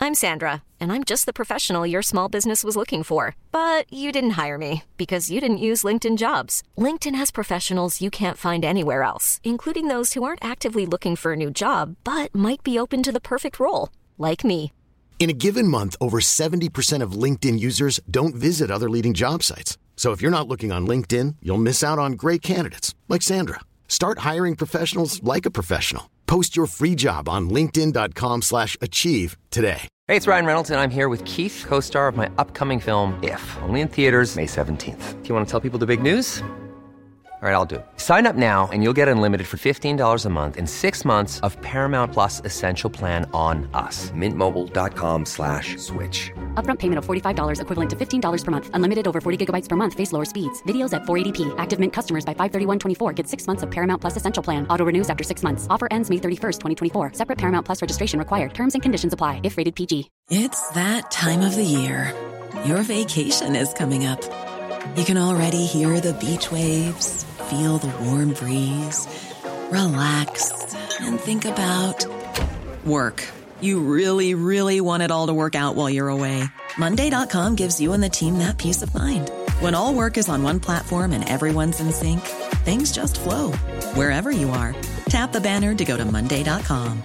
I'm Sandra, and I'm just the professional your small business was looking for. But you didn't hire me because you didn't use LinkedIn Jobs. LinkedIn has professionals you can't find anywhere else, including those who aren't actively looking for a new job, but might be open to the perfect role, like me. In a given month, over 70% of LinkedIn users don't visit other leading job sites. So if you're not looking on LinkedIn, you'll miss out on great candidates like Sandra. Start hiring professionals like a professional. Post your free job on linkedin.com/achieve today. Hey, it's Ryan Reynolds, and I'm here with Keith, co-star of my upcoming film, If, only in theaters May 17th. Do you want to tell people the big news? All right, I'll do it. Sign up now and you'll get unlimited for $15 a month and 6 months of Paramount Plus Essential Plan on us. Mintmobile.com/switch. Upfront payment of $45 equivalent to $15 per month. Unlimited over 40 gigabytes per month. Face lower speeds. Videos at 480p. Active Mint customers by 531.24 get 6 months of Paramount Plus Essential Plan. Auto renews after 6 months. Offer ends May 31st, 2024. Separate Paramount Plus registration required. Terms and conditions apply if rated PG. It's that time of the year. Your vacation is coming up. You can already hear the beach waves, feel the warm breeze, relax, and think about work. You really, really want it all to work out while you're away. Monday.com gives you and the team that peace of mind. When all work is on one platform and everyone's in sync, things just flow. Wherever you are, tap the banner to go to Monday.com.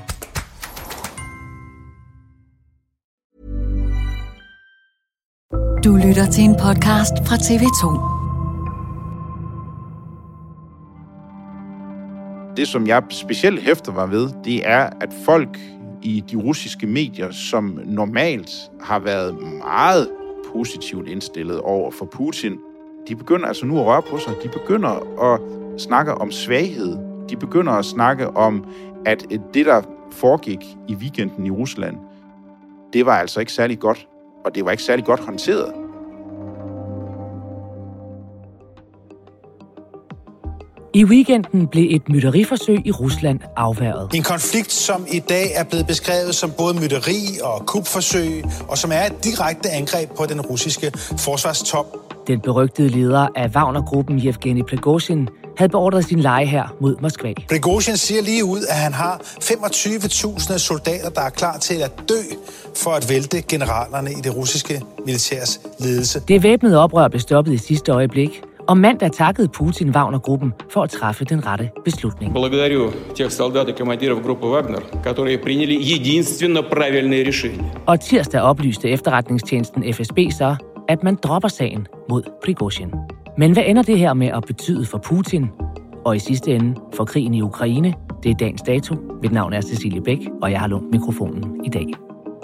Du lytter til en podcast fra TV2. Det, som jeg specielt hæfter mig ved, det er, at folk i de russiske medier, som normalt har været meget positivt indstillet over for Putin, de begynder altså nu at røre på sig. De begynder at snakke om svaghed. De begynder at snakke om, at det, der foregik i weekenden i Rusland, det var altså ikke særlig godt, og det var ikke særlig godt håndteret. I weekenden blev et mytteriforsøg i Rusland afværget. En konflikt, som i dag er blevet beskrevet som både mytteri og kupforsøg, og som er et direkte angreb på den russiske forsvarstop. Den berygtede leder af Wagner-gruppen, Yevgeny Prigozhin, havde beordret sin legehær mod Moskva. Prigozhin siger lige ud, at han har 25.000 soldater, der er klar til at dø for at vælte generalerne i det russiske militærs ledelse. Det væbnede oprør blev stoppet i sidste øjeblik, og mandag takkede Putin Wagner-gruppen for at træffe den rette beslutning. Благодарю тех солдат и командиров группы Wagner, которые приняли единственно правильное решение. Og tirsdag oplyste efterretningstjenesten FSB så, at man dropper sagen mod Prigozhin. Men hvad ender det her med at betyde for Putin, og i sidste ende for krigen i Ukraine? Det er dagens dato. Mit navn er Cecilie Bæk, og jeg har lånt mikrofonen i dag.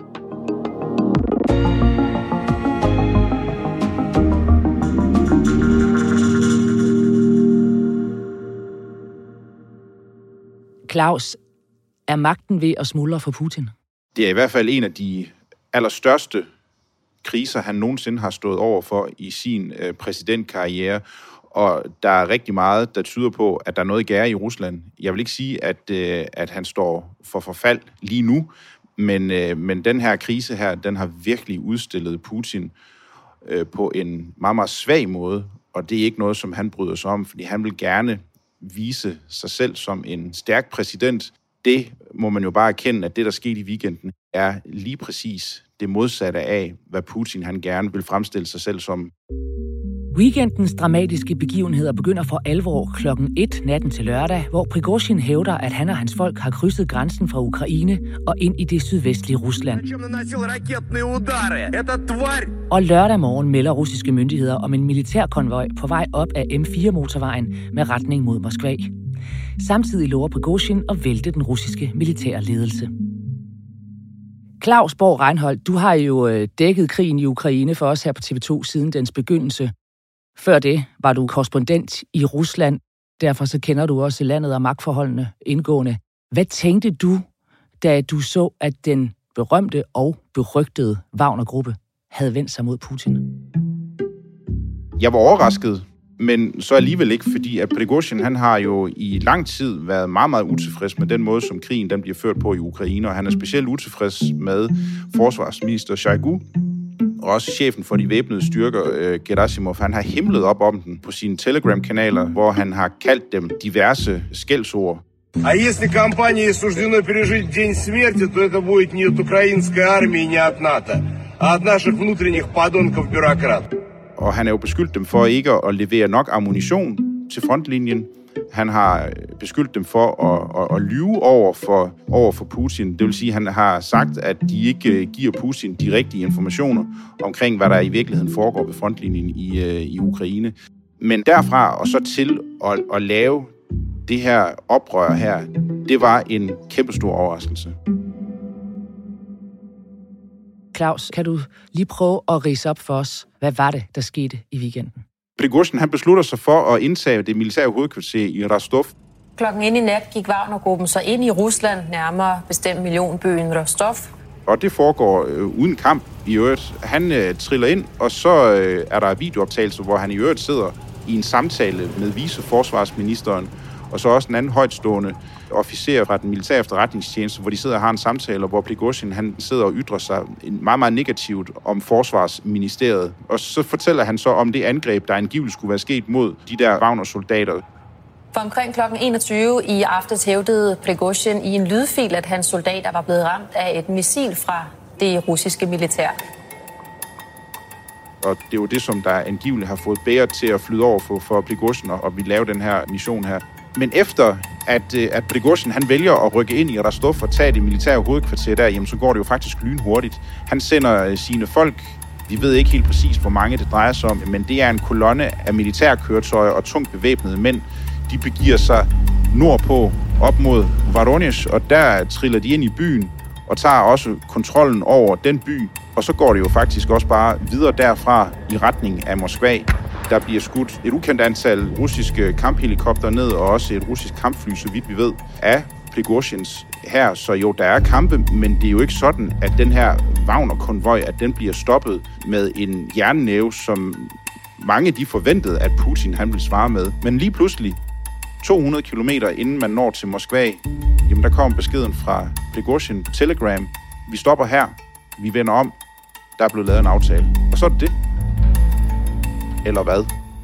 Claus, er magten ved at smuldre for Putin? Det er i hvert fald en af de allerstørste kriser, han nogensinde har stået over for i sin præsidentkarriere, og der er rigtig meget, der tyder på, at der er noget gære i Rusland. Jeg vil ikke sige, at han står for forfald lige nu, men den her krise her, den har virkelig udstillet Putin på en meget, meget svag måde, og det er ikke noget, som han bryder sig om, fordi han vil gerne vise sig selv som en stærk præsident. Det må man jo bare erkende, at det, der skete i weekenden, er lige præcis det modsatte af, hvad Putin han gerne vil fremstille sig selv som. Weekendens dramatiske begivenheder begynder for alvor klokken 1 natten til lørdag, hvor Prigozhin hævder, at han og hans folk har krydset grænsen fra Ukraine og ind i det sydvestlige Rusland. Og lørdag morgen melder russiske myndigheder om en militærkonvoj på vej op af M4-motorvejen med retning mod Moskva. Samtidig lover Prigozhin at vælte den russiske militære ledelse. Claus Borg Reinholdt, du har jo dækket krigen i Ukraine for os her på TV2 siden dens begyndelse. Før det var du korrespondent i Rusland, derfor så kender du også landet og magtforholdene indgående. Hvad tænkte du, da du så, at den berømte og berygtede Wagner-gruppe havde vendt sig mod Putin? Jeg var overrasket, men så alligevel ikke, fordi at Prigozhin, han har jo i lang tid været meget, meget utilfreds med den måde, som krigen den bliver ført på i Ukraine, og han er specielt utilfreds med forsvarsminister Shoigu, og også chefen for de væbnede styrker, Gerasimov. Han har himlet op om den på sine Telegram-kanaler, hvor han har kaldt dem diverse skældsord. А если компании суждено пережить день смерти, то это будет не от украинской армии, не от НАТО, а от наших внутренних подонков-бюрократов. Og han er jo beskyldt dem for ikke at levere nok ammunition til frontlinjen. Han har beskyldt dem for at lyve over for Putin. Det vil sige, at han har sagt, at de ikke giver Putin de rigtige informationer omkring, hvad der i virkeligheden foregår ved frontlinjen i Ukraine. Men derfra og så til at lave det her oprør her, det var en kæmpestor overraskelse. Claus, kan du lige prøve at ridse op for os, hvad var det, der skete i weekenden? Prigozhin, han beslutter sig for at indtage det militære hovedkvarter i Rostov. Klokken ind i nat gik Wagner-gruppen så ind i Rusland, nærmere bestemt millionbyen Rostov. Og det foregår uden kamp i øvrigt. Han triller ind, og så er der videooptagelser, hvor han i øvrigt sidder i en samtale med viceforsvarsministeren, og så også en anden højtstående officer fra den militære efterretningstjeneste, hvor de sidder og har en samtale, hvor Prigozhin han sidder og ytrer sig meget, meget negativt om forsvarsministeriet. Og så fortæller han så om det angreb, der angiveligt skulle være sket mod de der Wagner-soldater. For omkring kl. 21 i aftes hævdede Prigozhin i en lydfil, at hans soldater var blevet ramt af et missil fra det russiske militær. Og det er jo det, som der angiveligt har fået bære til at flyde over for Prigozhin, og vi laver den her mission her. Men efter at Prigozhin han vælger at rykke ind i Rostov og tage det militære hovedkvarter der, jamen, så går det jo faktisk lynhurtigt. Han sender sine folk, vi ved ikke helt præcis, hvor mange det drejer sig om, men det er en kolonne af militærkøretøjer og tungt bevæbnede mænd. De begiver sig nordpå op mod Voronezh, og der triller de ind i byen og tager også kontrollen over den by. Og så går det jo faktisk også bare videre derfra i retning af Moskva. Der bliver skudt et ukendt antal russiske kamphelikopter ned, og også et russisk kampfly, så vidt vi ved, af Prigozhins her. Så jo, der er kampe, men det er jo ikke sådan, at den her Wagner-konvoj, at den bliver stoppet med en jernnæve, som mange de forventede, at Putin han ville svare med. Men lige pludselig, 200 kilometer inden man når til Moskva, jamen der kom beskeden fra Prigozhin på Telegram. Vi stopper her. Vi vender om. Der er blevet lavet en aftale. Og så er det. Eller hvad?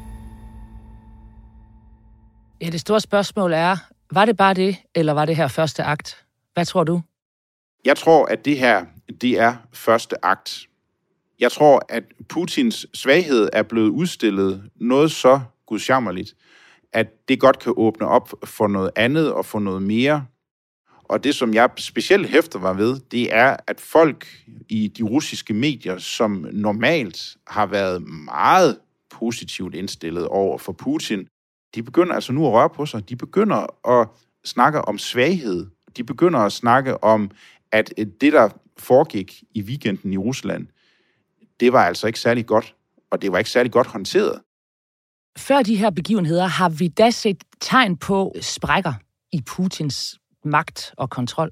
Ja, det store spørgsmål er, var det bare det, eller var det her første akt? Hvad tror du? Jeg tror, at det her, det er første akt. Jeg tror, at Putins svaghed er blevet udstillet noget så gudsjammerligt, at det godt kan åbne op for noget andet og for noget mere. Og det, som jeg specielt hæfter mig ved, det er, at folk i de russiske medier, som normalt har været meget positivt indstillet over for Putin, de begynder altså nu at røre på sig. De begynder at snakke om svaghed. De begynder at snakke om, at det, der foregik i weekenden i Rusland, det var altså ikke særlig godt, og det var ikke særlig godt håndteret. Før de her begivenheder har vi da set tegn på sprækker i Putins magt og kontrol.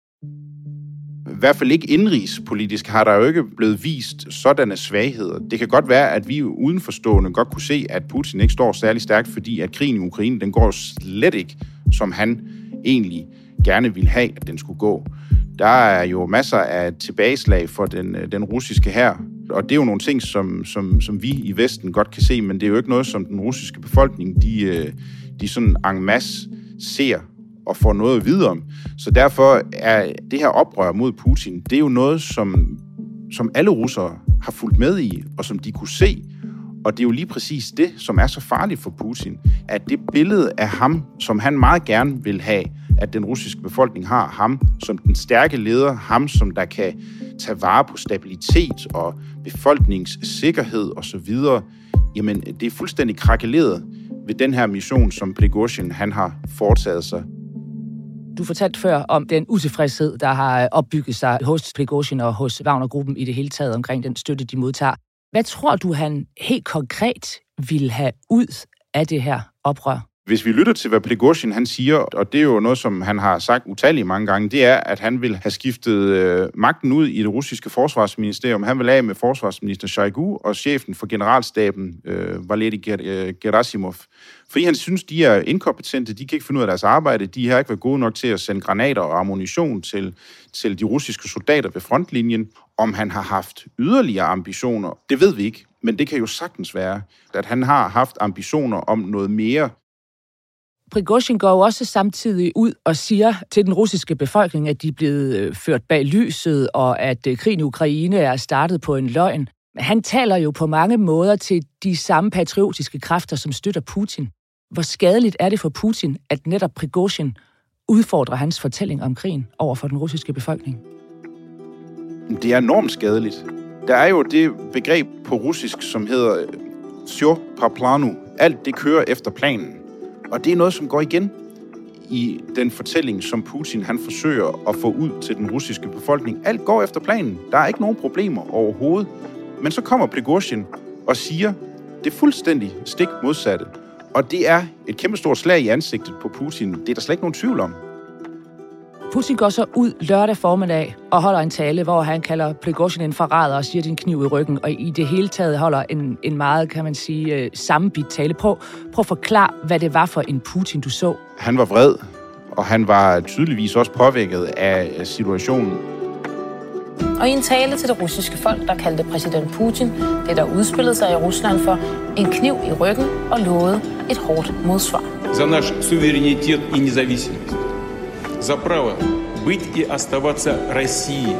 I hvert fald ikke indrigspolitisk har der jo ikke blevet vist sådanne svagheder. Det kan godt være, at vi udenforstående godt kunne se, at Putin ikke står særlig stærkt, fordi at krigen i Ukraine, den går slet ikke, som han egentlig gerne ville have, at den skulle gå. Der er jo masser af tilbageslag for den russiske hær, og det er jo nogle ting, som vi i Vesten godt kan se, men det er jo ikke noget, som den russiske befolkning, de sådan en masse ser og får noget at vide om. Så derfor er det her oprør mod Putin, det er jo noget, som alle russere har fulgt med i, og som de kunne se. Og det er jo lige præcis det, som er så farligt for Putin, at det billede af ham, som han meget gerne vil have, at den russiske befolkning har ham som den stærke leder, ham som der kan tage vare på stabilitet og befolkningssikkerhed osv., jamen det er fuldstændig krakeleret ved den her mission, som Prigozhin han har foretaget sig. Du fortalte før om den utilfredshed, der har opbygget sig hos Prigozhin og hos Wagner-gruppen i det hele taget omkring den støtte, de modtager. Hvad tror du, han helt konkret ville have ud af det her oprør? Hvis vi lytter til, hvad Prigozhin han siger, og det er jo noget, som han har sagt utallige mange gange, det er, at han vil have skiftet magten ud i det russiske forsvarsministerium. Han vil af med forsvarsminister Shoigu og chefen for generalstaben, Valery Gerasimov. Fordi han synes, de er inkompetente, de kan ikke finde ud af deres arbejde, de har ikke været gode nok til at sende granater og ammunition til de russiske soldater ved frontlinjen. Om han har haft yderligere ambitioner, det ved vi ikke, men det kan jo sagtens være, at han har haft ambitioner om noget mere. Prigozhin går jo også samtidig ud og siger til den russiske befolkning, at de er blevet ført bag lyset, og at krigen i Ukraine er startet på en løgn. Han taler jo på mange måder til de samme patriotiske kræfter, som støtter Putin. Hvor skadeligt er det for Putin, at netop Prigozhin udfordrer hans fortælling om krigen over for den russiske befolkning? Det er enormt skadeligt. Der er jo det begreb på russisk, som hedder «Всё по плану». Alt det kører efter planen. Og det er noget, som går igen i den fortælling, som Putin han forsøger at få ud til den russiske befolkning. Alt går efter planen. Der er ikke nogen problemer overhovedet. Men så kommer Prigozhin og siger det fuldstændig stik modsatte. Og det er et kæmpestort slag i ansigtet på Putin. Det er der slet ikke nogen tvivl om. Putin går så ud lørdag formiddag og holder en tale, hvor han kalder Prigozhin en forræder og siger din kniv i ryggen, og i det hele taget holder en meget, kan man sige, sammenbidt tale. Prøv at forklare, hvad det var for en Putin, du så. Han var vred, og han var tydeligvis også påvirket af situationen. Og i en tale til det russiske folk, der kaldte præsident Putin det, der udspillede sig i Rusland for en kniv i ryggen og lovede et hårdt modsvar. За наш суверенитет и независимость. За право быть и оставаться Россией.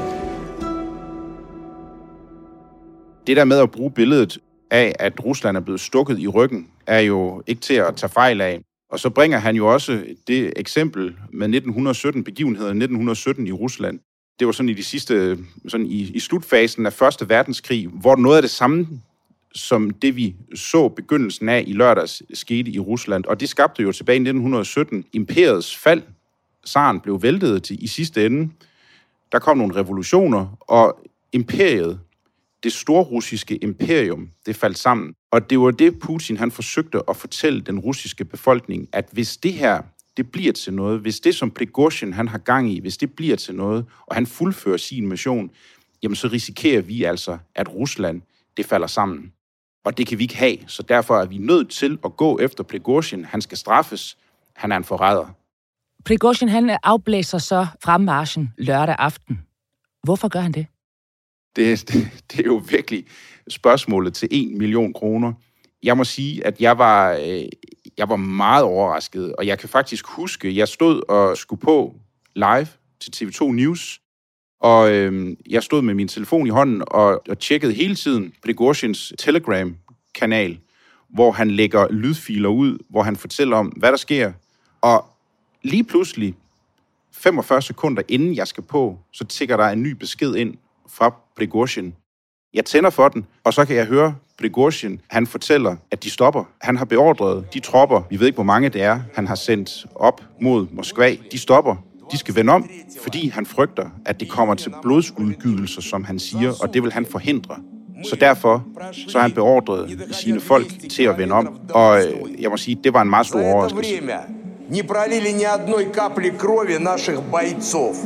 Det der med at bruge billedet af, at Rusland er blevet stukket i ryggen, er jo ikke til at tage fejl af. Og så bringer han jo også det eksempel med 1917, begivenheden 1917 i Rusland. Det var sådan i de sidste, sådan i slutfasen af 1. verdenskrig, hvor noget af det samme, som det vi så begyndelsen af i lørdags, skete i Rusland. Og det skabte jo tilbage i 1917 imperiets fald. Zaren blev væltet i sidste ende. Der kom nogle revolutioner, og imperiet, det storrussiske imperium, det faldt sammen. Og det var det, Putin han forsøgte at fortælle den russiske befolkning, at hvis det her det bliver til noget, hvis det, som Prigozhin han har gang i, hvis det bliver til noget, og han fuldfører sin mission, jamen så risikerer vi altså, at Rusland, det falder sammen. Og det kan vi ikke have, så derfor er vi nødt til at gå efter Prigozhin. Han skal straffes. Han er en forræder. Prigozhin han afblæser så fremmarchen lørdag aften. Hvorfor gør han det? Det er jo virkelig spørgsmålet til 1 million kroner. Jeg må sige, at jeg var meget overrasket, og jeg kan faktisk huske, at jeg stod og skulle på live til TV2 News, og jeg stod med min telefon i hånden og tjekkede hele tiden Prigozhins Telegram-kanal, hvor han lægger lydfiler ud, hvor han fortæller om, hvad der sker. Og lige pludselig, 45 sekunder inden jeg skal på, så tikker der en ny besked ind fra Prigozhin. Jeg tænder for den, og så kan jeg høre Prigozhin, han fortæller, at de stopper. Han har beordret de tropper, vi ved ikke, hvor mange det er, han har sendt op mod Moskva. De stopper. De skal vende om, fordi han frygter, at det kommer til blodsudgydelser, som han siger, og det vil han forhindre. Så derfor så har han beordret sine folk til at vende om, og jeg må sige, det var en meget stor overraskelse. Не пролили ни одной капли крови наших бойцов.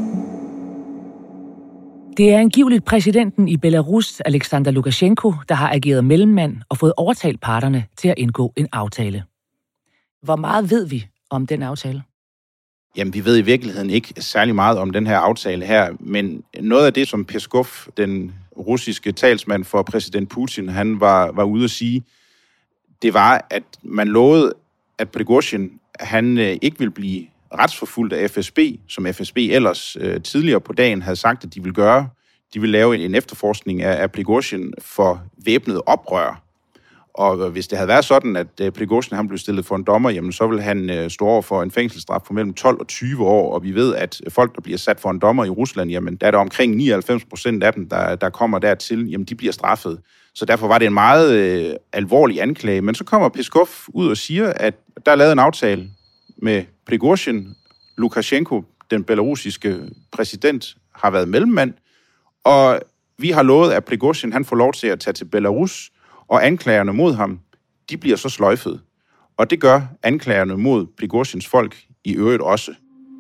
Det er angiveligt præsidenten i Belarus, Alexander Lukashenko, der har ageret mellemmand og fået overtalt parterne til at indgå en aftale. Hvor meget ved vi om den aftale? Jamen, vi ved i virkeligheden ikke særlig meget om den her aftale her, men noget af det, som Peskov, den russiske talsmand for præsident Putin, han var ude at sige, det var, at man lovede, at Prigozhin, han ikke ville blive retsforfulgt af FSB, som FSB ellers tidligere på dagen havde sagt, at de ville gøre. De ville lave en efterforskning af Prigozhin for væbnet oprør. Og hvis det havde været sådan, at Prigozhin han blev stillet for en dommer, jamen så ville han stå over for en fængselsstraf på mellem 12 og 20 år. Og vi ved, at folk, der bliver sat for en dommer i Rusland, jamen der er der omkring 99% af dem, der kommer dertil, jamen de bliver straffet. Så derfor var det en meget alvorlig anklage. Men så kommer Peskov ud og siger, at der er lavet en aftale med Prigozhin. Lukashenko, den belarusiske præsident, har været mellemmand. Og vi har lovet, at Prigozhin han får lov til at tage til Belarus, og anklagerne mod ham, de bliver så sløjfet. Og det gør anklagerne mod Prigozhins folk i øvrigt også.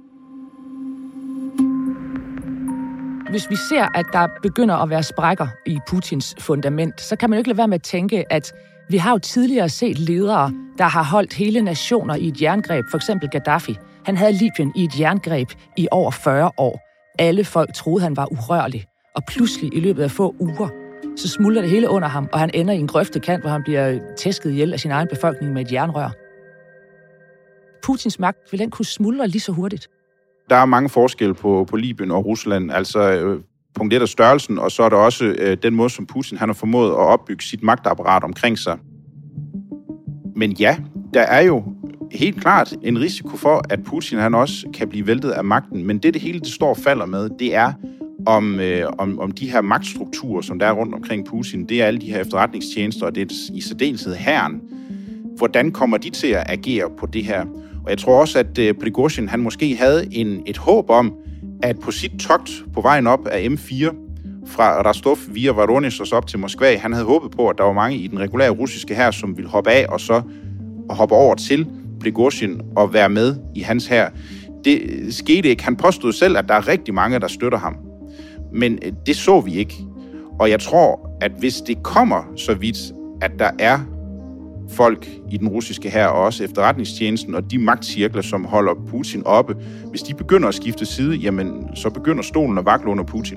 Hvis vi ser, at der begynder at være sprækker i Putins fundament, så kan man jo ikke lade være med at tænke, at vi har jo tidligere set ledere, der har holdt hele nationer i et jerngreb. For eksempel Gaddafi. Han havde Libyen i et jerngreb i over 40 år. Alle folk troede, han var urørlig. Og pludselig i løbet af få uger, så smuldrer det hele under ham, og han ender i en grøftekant, hvor han bliver tæsket ihjel af sin egen befolkning med et jernrør. Putins magt, vil den kunne smuldre lige så hurtigt? Der er mange forskelle på Libyen og Rusland. Altså punkt 1 er størrelsen, og så er der også den måde, som Putin han har formået at opbygge sit magtapparat omkring sig. Men ja, der er jo helt klart en risiko for, at Putin han også kan blive væltet af magten. Men det hele det står og falder med, det er om de her magtstrukturer, som der er rundt omkring Putin. Det er alle de her efterretningstjenester, og det er i særdeleshed hæren. Hvordan kommer de til at agere på det her? Og jeg tror også, at Prigozhin han måske havde et håb om, at på sit togt på vejen op af M4 fra Rostov via Voronezh og så op til Moskva, han havde håbet på, at der var mange i den regulære russiske hær, som ville hoppe af og så hoppe over til Prigozhin og være med i hans hær. Det skete ikke. Han påstod selv, at der er rigtig mange, der støtter ham. Men det så vi ikke. Og jeg tror, at hvis det kommer så vidt, at der er folk i den russiske hær, og også efterretningstjenesten og de magtcirkler, som holder Putin oppe, hvis de begynder at skifte side, jamen så begynder stolen at vakle under Putin.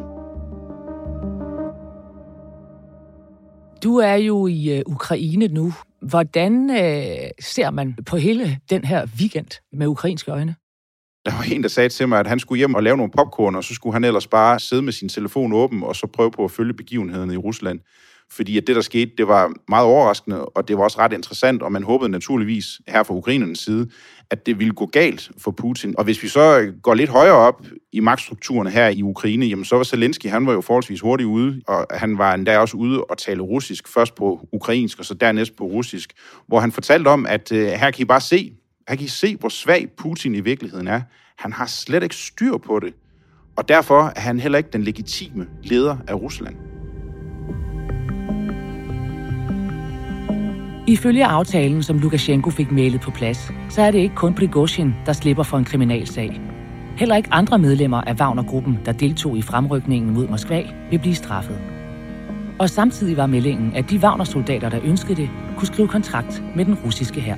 Du er jo i Ukraine nu. Hvordan ser man på hele den her weekend med ukrainske øjne? Der var en, der sagde til mig, at han skulle hjem og lave nogle popcorn, og så skulle han ellers bare sidde med sin telefon åben, og så prøve på at følge begivenhederne i Rusland. Fordi at det, der skete, det var meget overraskende, og det var også ret interessant, og man håbede naturligvis her fra ukrainernes side, at det ville gå galt for Putin. Og hvis vi så går lidt højere op i magtstrukturerne her i Ukraine, jamen så var Zelensky, han var jo forholdsvis hurtigt ude, og han var endda også ude og tale russisk, først på ukrainsk, og så dernæst på russisk, hvor han fortalte om, at her kan I se, hvor svag Putin i virkeligheden er. Han har slet ikke styr på det, og derfor er han heller ikke den legitime leder af Rusland. Ifølge aftalen, som Lukashenko fik mailet på plads, så er det ikke kun Prigozhin, der slipper for en kriminalsag. Heller ikke andre medlemmer af Wagner-gruppen, der deltog i fremrykningen mod Moskva, vil blive straffet. Og samtidig var meldingen, at de Wagner-soldater, der ønskede det, kunne skrive kontrakt med den russiske hær.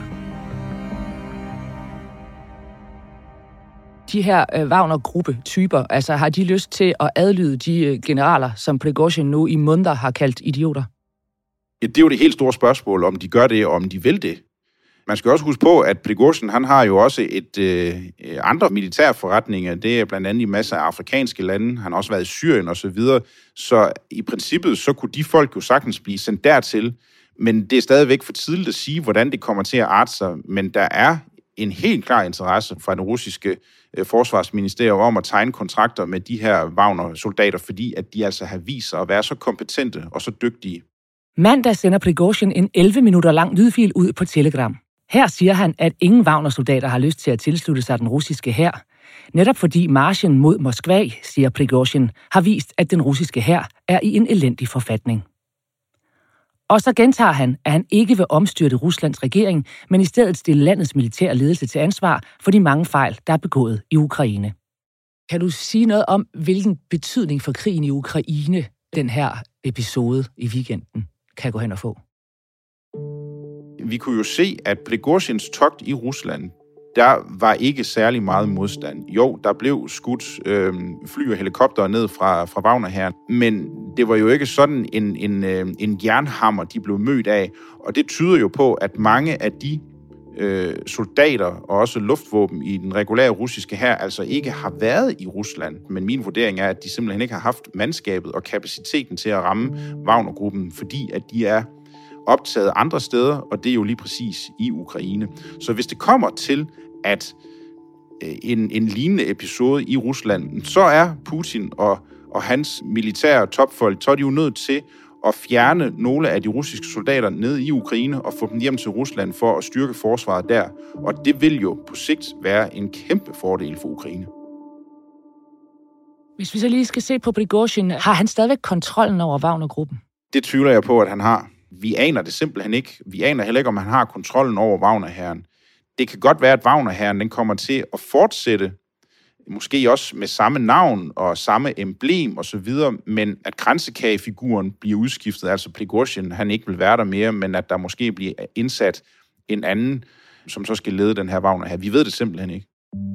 De her Wagner-gruppe-typer, altså har de lyst til at adlyde de generaler, som Prigozhin nu i måneder har kaldt idioter? Ja, det er jo det helt store spørgsmål, om de gør det, og om de vil det. Man skal også huske på, at Prigozhin, han har jo også andre militære forretninger. Det er blandt andet i masser af afrikanske lande. Han har også været i Syrien og så videre. Så i princippet, så kunne de folk jo sagtens blive sendt dertil. Men det er stadigvæk for tidligt at sige, hvordan det kommer til at arte sig. Men der er en helt klar interesse fra det russiske forsvarsministerium om at tegne kontrakter med de her Wagner-soldater, fordi at de altså har vist sig at være så kompetente og så dygtige. Mandag sender Prigozhin en 11 minutter lang lydfil ud på Telegram. Her siger han, at ingen Wagner-soldater har lyst til at tilslutte sig den russiske hær. Netop fordi marchen mod Moskva, siger Prigozhin, har vist, at den russiske hær er i en elendig forfatning. Og så gentager han, at han ikke vil omstyrte Ruslands regering, men i stedet stille landets militære ledelse til ansvar for de mange fejl, der er begået i Ukraine. Kan du sige noget om, hvilken betydning for krigen i Ukraine den her episode i weekenden kan gå hen og få? Vi kunne jo se, at Prigozhins togt i Rusland, der var ikke særlig meget modstand. Jo, der blev skudt fly og helikoptere ned fra Wagner-hæren, men det var jo ikke sådan en jernhammer, de blev mødt af. Og det tyder jo på, at mange af de soldater og også luftvåben i den regulære russiske hær altså ikke har været i Rusland. Men min vurdering er, at de simpelthen ikke har haft mandskabet og kapaciteten til at ramme Wagner-gruppen, fordi at de er optaget andre steder, og det er jo lige præcis i Ukraine. Så hvis det kommer til, at en lignende episode i Rusland, så er Putin og hans militære topfolk, så er de jo nødt til at fjerne nogle af de russiske soldater ned i Ukraine og få dem hjem til Rusland for at styrke forsvaret der. Og det vil jo på sigt være en kæmpe fordel for Ukraine. Hvis vi så lige skal se på Prigozhin, har han stadigvæk kontrollen over Wagner-gruppen? Det tvivler jeg på, at han har. Vi aner det simpelthen ikke. Vi aner heller ikke, om han har kontrollen over Wagner-hæren. Det kan godt være, at Wagner-hæren den kommer til at fortsætte, måske også med samme navn og samme emblem osv., men at kransekagefiguren bliver udskiftet, altså Prigozhin, han ikke vil være der mere, men at der måske bliver indsat en anden, som så skal lede den her Wagner-hær. Vi ved det simpelthen ikke.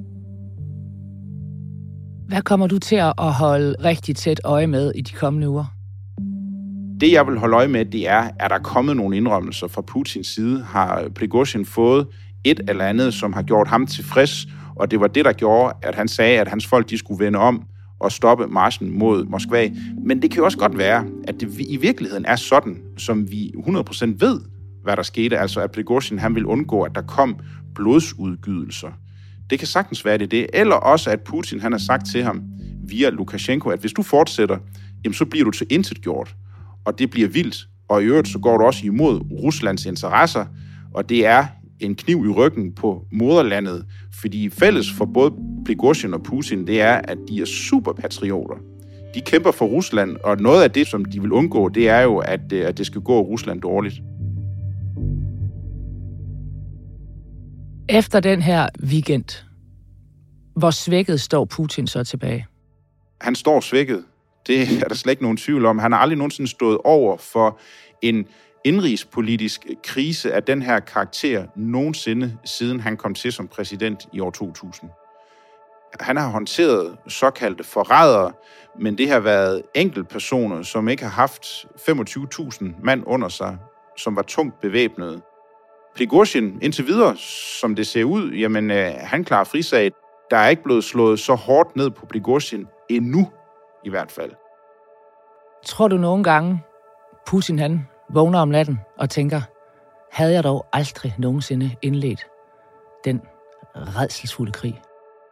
Hvad kommer du til at holde rigtig tæt øje med i de kommende uger? Det, jeg vil holde øje med, det er der kommet nogle indrømmelser fra Putins side? Har Prigozhin fået et eller andet, som har gjort ham tilfreds, og det var det, der gjorde, at han sagde, at hans folk de skulle vende om og stoppe marchen mod Moskva. Men det kan jo også godt være, at det i virkeligheden er sådan, som vi 100% ved, hvad der skete, altså at Prigozhin han ville undgå, at der kom blodsudgydelser. Det kan sagtens være det. Eller også, at Putin han har sagt til ham via Lukashenko, at hvis du fortsætter, jamen, så bliver du til intetgjort. Og det bliver vildt. Og i øvrigt, så går du også imod Ruslands interesser, og det er en kniv i ryggen på moderlandet, fordi fælles for både Prigozhin og Putin, det er, at de er superpatrioter. De kæmper for Rusland, og noget af det, som de vil undgå, det er jo, at det skal gå Rusland dårligt. Efter den her weekend, hvor svækket står Putin så tilbage? Han står svækket. Det er der slet ikke nogen tvivl om. Han har aldrig nogensinde stået over for en indrigspolitisk krise af den her karakter nogensinde, siden han kom til som præsident i år 2000. Han har håndteret såkaldte forrædere, men det har været enkeltpersoner, som ikke har haft 25.000 mand under sig, som var tungt bevæbnede. Prigozhin, indtil videre, som det ser ud, jamen han klarer frisag. Der er ikke blevet slået så hårdt ned på Prigozhin endnu, i hvert fald. Tror du nogle gange, Putin han vågner om natten og tænker, havde jeg dog aldrig nogensinde indledt den rædselsfulde krig?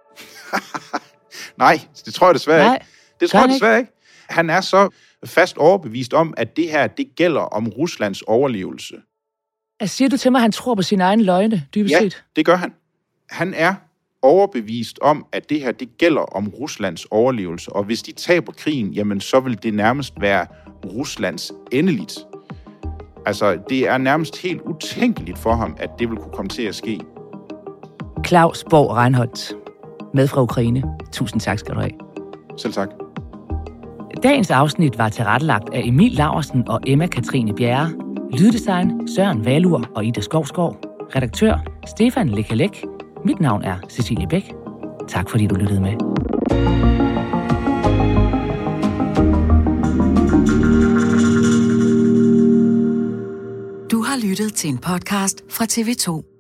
Nej, det tror jeg desværre ikke. Det tror jeg desværre ikke. Han er så fast overbevist om, at det her, det gælder om Ruslands overlevelse. Siger du til mig, at han tror på sine egne løgne, dybest set? Ja, det gør han. Han er overbevist om, at det her, det gælder om Ruslands overlevelse. Og hvis de taber krigen, jamen så vil det nærmest være Ruslands endeligt. Altså, det er nærmest helt utænkeligt for ham, at det vil kunne komme til at ske. Claus Borg Reinholdt, med fra Ukraine. Tusind tak skal du have. Selv tak. Dagens afsnit var tilrettelagt af Emil Laursen og Emma Katrine Bjerre. Lyddesign Søren Valur og Ida Skovskov. Redaktør Stefan Lekalek. Mit navn er Cecilie Bæk. Tak fordi du lyttede med. Du har lyttet til en podcast fra TV2.